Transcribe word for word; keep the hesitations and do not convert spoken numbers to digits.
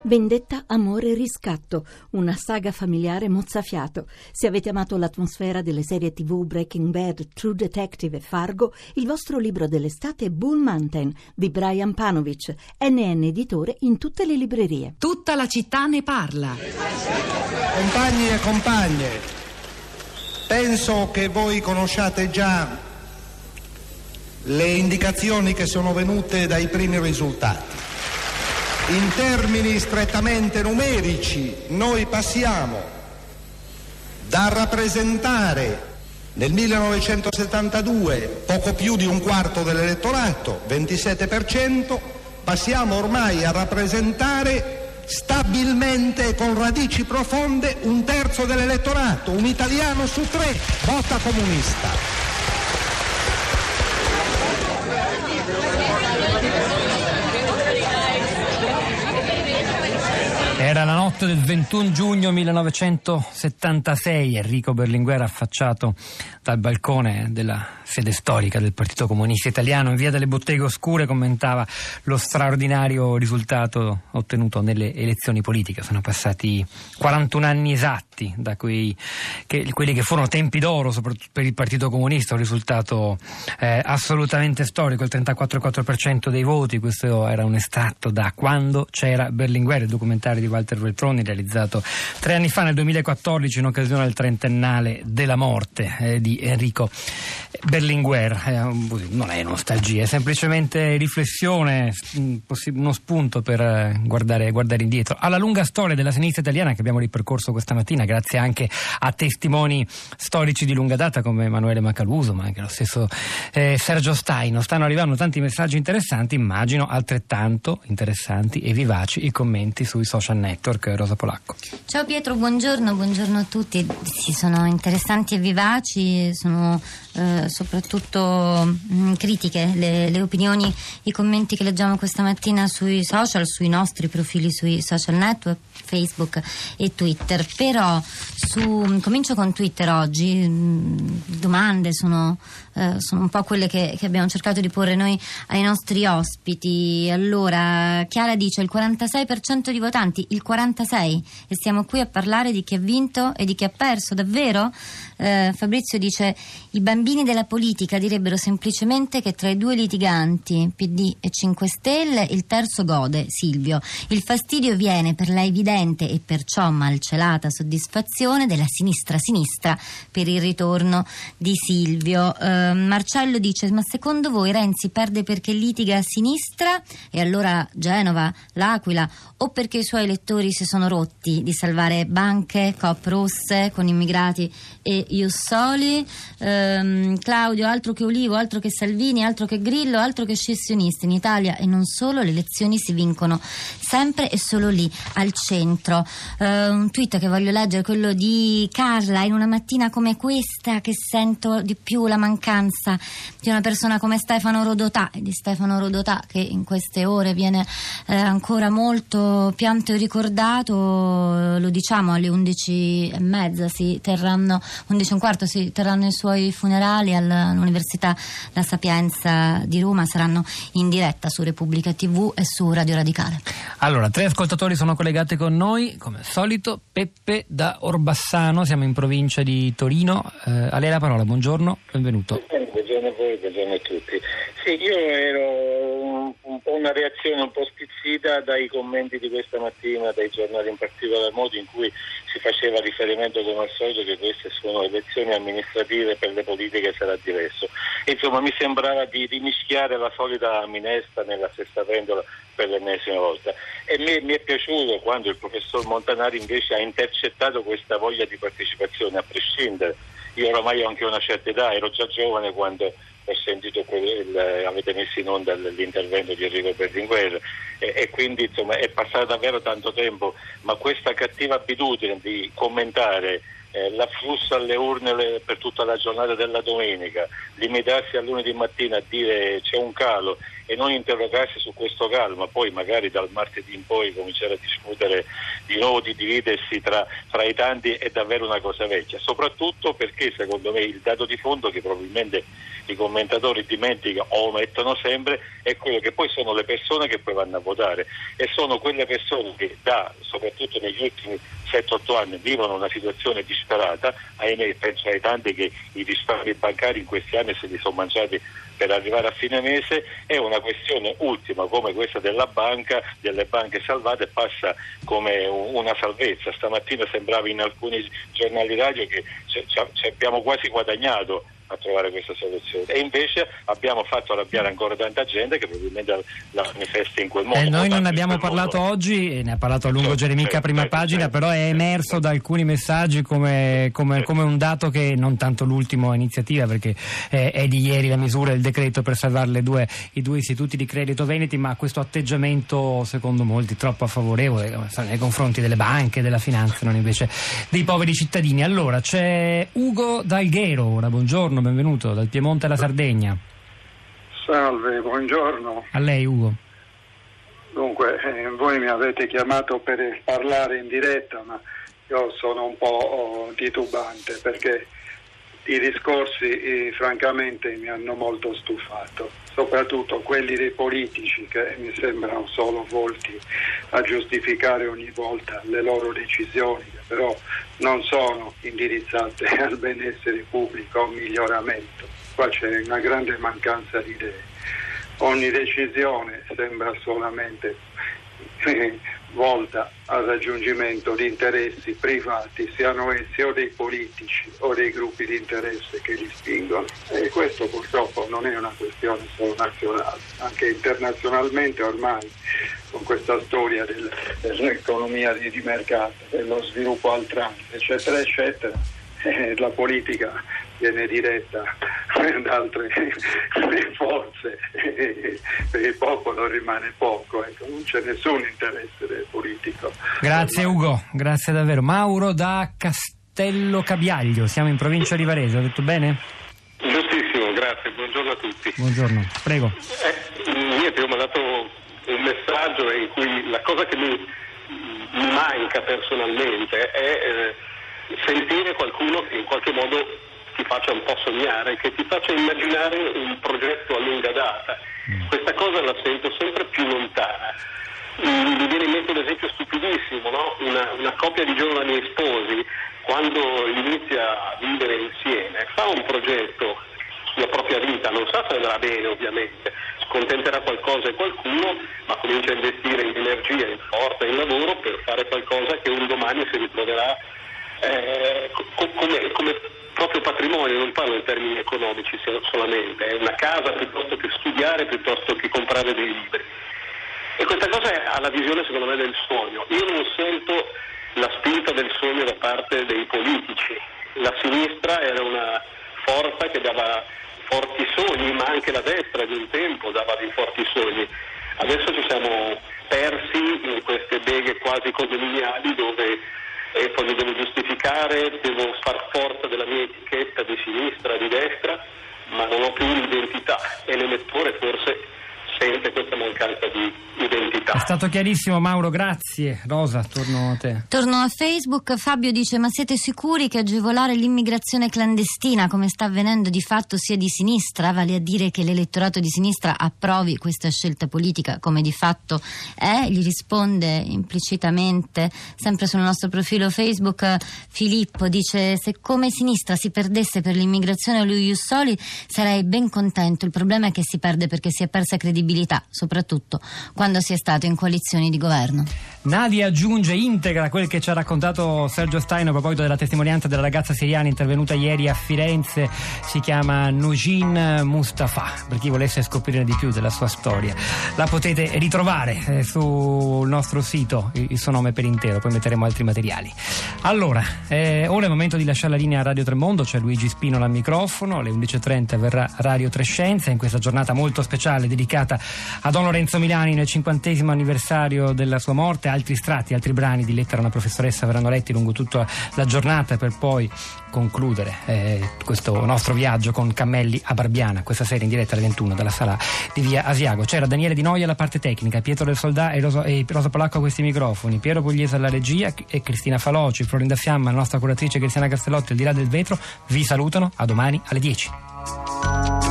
Vendetta, amore e riscatto, una saga familiare mozzafiato. Se avete amato l'atmosfera delle serie tivù Breaking Bad, True Detective e Fargo, il vostro libro dell'estate è Bull Mountain di Brian Panovic, N N editore in tutte le librerie. Tutta la città ne parla. Compagni e compagne, penso che voi conosciate già le indicazioni che sono venute dai primi risultati. In termini strettamente numerici, noi passiamo da rappresentare nel millenovecentosettantadue poco più di un quarto dell'elettorato, ventisette per cento, passiamo ormai a rappresentare stabilmente e con radici profonde un terzo dell'elettorato, un italiano su tre vota comunista. Era la notte del ventuno giugno millenovecentosettantasei, Enrico Berlinguer, affacciato dal balcone della sede storica del Partito Comunista Italiano in via delle Botteghe Oscure, commentava lo straordinario risultato ottenuto nelle elezioni politiche. Sono passati quarantuno anni esatti da quei che, quelli che furono tempi d'oro soprattutto per il Partito Comunista, un risultato eh, assolutamente storico, il trentaquattro virgola quattro per cento dei voti. Questo era un estratto da Quando c'era Berlinguer, il documentario di Walter Veltroni, realizzato tre anni fa, nel duemilaquattordici, in occasione del trentennale della morte eh, di Enrico Berlinguer. Eh, non è nostalgia, è semplicemente riflessione, uno spunto per guardare, guardare indietro alla lunga storia della sinistra italiana che abbiamo ripercorso questa mattina, grazie anche a testimoni storici di lunga data come Emanuele Macaluso, ma anche lo stesso eh, Sergio Staino. Stanno arrivando tanti messaggi interessanti, immagino altrettanto interessanti e vivaci i commenti sui social network. Rosa Polacco. Ciao Pietro, buongiorno, buongiorno a tutti. Sì, sono interessanti e vivaci, sono eh, soprattutto mh, critiche le, le opinioni, i commenti che leggiamo questa mattina sui social, sui nostri profili sui social network, Facebook e Twitter. Però su, comincio con Twitter oggi. Mh, domande sono, eh, sono un po' quelle che, che abbiamo cercato di porre noi ai nostri ospiti. Allora, Chiara dice il quarantasei per cento di votanti, il quarantasei, e stiamo qui a parlare di chi ha vinto e di chi ha perso, davvero? Eh, Fabrizio dice i bambini della politica direbbero semplicemente che tra i due litiganti P D e cinque Stelle il terzo gode, Silvio. Il fastidio viene per la evidente e perciò malcelata soddisfazione della sinistra sinistra per il ritorno di Silvio. eh, Marcello dice ma secondo voi Renzi perde perché litiga a sinistra e allora Genova, L'Aquila, o perché i suoi elettori si sono rotti di salvare banche, coop rosse con immigrati e Ius Soli? ehm, Claudio, altro che Ulivo, altro che Salvini, altro che Grillo, altro che scissionisti. In Italia e non solo le elezioni si vincono sempre e solo lì, al centro. eh, un tweet che voglio leggere, quello di Carla: in una mattina come questa che sento di più la mancanza di una persona come Stefano Rodotà, e di Stefano Rodotà che in queste ore viene eh, ancora molto pianto e ricordato. Lo diciamo, alle undici e mezza si terranno, undici e un quarto si terranno i suoi funerali all'Università La Sapienza di Roma. Saranno in diretta su Repubblica tivù e su Radio Radicale. Allora, tre ascoltatori sono collegati con noi, come al solito. Peppe da Orbassano, siamo in provincia di Torino. Eh, a lei la parola, buongiorno, benvenuto. Buongiorno a voi, buongiorno a tutti. Sì, io ero un, un po' una reazione un po' stizzita dai commenti di questa mattina, dai giornali, in particolar modo in cui si faceva riferimento come al solito che queste sono elezioni amministrative, per le politiche sarà diverso. Insomma, mi sembrava di rimischiare la solita minestra nella stessa pentola per l'ennesima volta. E mi, mi è piaciuto quando il professor Montanari invece ha intercettato questa voglia di partecipazione, a prescindere. Io oramai ho anche una certa età, ero già giovane quando ho sentito quel, avete messo in onda l'intervento di Enrico Berlinguer e, e quindi insomma è passato davvero tanto tempo, ma questa cattiva abitudine di commentare eh, l'afflusso alle urne le, per tutta la giornata della domenica, limitarsi a lunedì mattina a dire c'è un calo e non interrogarsi su questo calo, ma poi magari dal martedì in poi cominciare a discutere di nuovo, di dividersi tra, tra i tanti, è davvero una cosa vecchia, soprattutto perché secondo me il dato di fondo che probabilmente i commentatori dimenticano o omettono sempre è quello che poi sono le persone che poi vanno a votare, e sono quelle persone che da soprattutto negli ultimi sette otto anni vivono una situazione disperata. Ahimè, penso ai tanti che i risparmi bancari in questi anni se li sono mangiati per arrivare a fine mese. È una questione ultima come questa della banca, delle banche salvate, passa come una salvezza. Stamattina sembrava in alcuni giornali radio che ci abbiamo quasi guadagnato a trovare questa soluzione, e invece abbiamo fatto arrabbiare ancora tanta gente che probabilmente la manifesta in quel modo. Eh, noi non ne abbiamo parlato modo. oggi, e ne ha parlato a lungo certo, Geremica certo, prima certo, pagina, certo, però è emerso certo. da alcuni messaggi come, come, certo. come un dato che non tanto l'ultima iniziativa, perché eh, è di ieri la misura del decreto per salvare le due, i due istituti di credito veneti, ma questo atteggiamento secondo molti troppo favorevole nei confronti delle banche, della finanza, non invece dei poveri cittadini. Allora c'è Ugo D'Alghero, ora buongiorno, benvenuto dal Piemonte alla Sardegna. Salve, buongiorno. A lei Ugo. Dunque, eh, voi mi avete chiamato per parlare in diretta, ma io sono un po' oh, titubante perché i discorsi eh, francamente mi hanno molto stufato, soprattutto quelli dei politici che mi sembrano solo volti a giustificare ogni volta le loro decisioni, che però non sono indirizzate al benessere pubblico o al miglioramento. Qua c'è una grande mancanza di idee. Ogni decisione sembra solamente eh, volta al raggiungimento di interessi privati, siano essi o dei politici o dei gruppi di interesse che li spingono, e questo purtroppo non è una questione solo nazionale, anche internazionalmente ormai con questa storia del, dell'economia di, di mercato, dello sviluppo al trans, eccetera eccetera, eh, la politica viene diretta da altre forze e per il popolo rimane poco, ecco, non c'è nessun interesse del politico. Grazie Ugo, grazie davvero. Mauro da Castello Cabiaglio, siamo in provincia di Varese, ho detto bene? Giustissimo, grazie, buongiorno a tutti. Buongiorno, prego. Eh, niente, ho mandato un messaggio in cui la cosa che mi manca personalmente è eh, sentire qualcuno che in qualche modo ti faccia un po' sognare, che ti faccia immaginare un progetto a lunga data. Mm. Questa cosa la sento sempre più lontana. Mm, mi viene in mente un esempio stupidissimo, no? Una, una coppia di giovani sposi, quando inizia a vivere insieme, fa un progetto sulla propria vita, non sa se andrà bene ovviamente, scontenterà qualcosa e qualcuno, ma comincia a investire in energia, in forza, in lavoro per fare qualcosa che un domani si ritroverà eh, co- come, come proprio patrimonio. Non parlo in termini economici solamente, è una casa piuttosto che studiare, piuttosto che comprare dei libri. E questa cosa ha la visione secondo me del sogno. Io non sento la spinta del sogno da parte dei politici. La sinistra era una forza che dava forti sogni, ma anche la destra di un tempo dava dei forti sogni. Adesso ci siamo persi in queste beghe quasi condominiali dove e poi mi devo giustificare, devo far forza della mia etichetta di sinistra, di destra, ma non ho più un'identità, e l'elettore forse sente questa mancanza di identità. È stato chiarissimo Mauro, grazie. Rosa, torno a te. Torno a Facebook. Fabio dice: ma siete sicuri che agevolare l'immigrazione clandestina, come sta avvenendo di fatto, sia di sinistra? Vale a dire che l'elettorato di sinistra approvi questa scelta politica, come di fatto è? Gli risponde implicitamente, sempre sul nostro profilo Facebook, Filippo dice: se come sinistra si perdesse per l'immigrazione o lo ius soli sarei ben contento. Il problema è che si perde perché si è persa credibilità, soprattutto quando si è stato in coalizioni di governo. Nadia aggiunge, integra quel che ci ha raccontato Sergio Staino a proposito della testimonianza della ragazza siriana intervenuta ieri a Firenze. Si chiama Nujin Mustafa, per chi volesse scoprire di più della sua storia. La potete ritrovare eh, sul nostro sito, il, il suo nome per intero, poi metteremo altri materiali. Allora, eh, ora è il momento di lasciare la linea a Radio Tremondo, c'è Luigi Spinola al microfono, alle undici e trenta verrà Radio Trescenza, in questa giornata molto speciale dedicata a Don Lorenzo Milani nel cinquantesimo anniversario della sua morte. Altri stratti, altri brani di Lettera a una professoressa verranno letti lungo tutta la giornata per poi concludere eh, questo nostro viaggio con Cammelli a Barbiana, questa sera in diretta alle ventuno dalla sala di via Asiago. C'era Daniele Di Noia alla parte tecnica, Pietro del Soldà e Rosa, e Rosa Polacco a questi microfoni, Piero Pugliese alla regia e Cristina Faloci, Florinda Fiamma, la nostra curatrice Cristiana Castellotti al di là del vetro. Vi salutano, a domani alle dieci.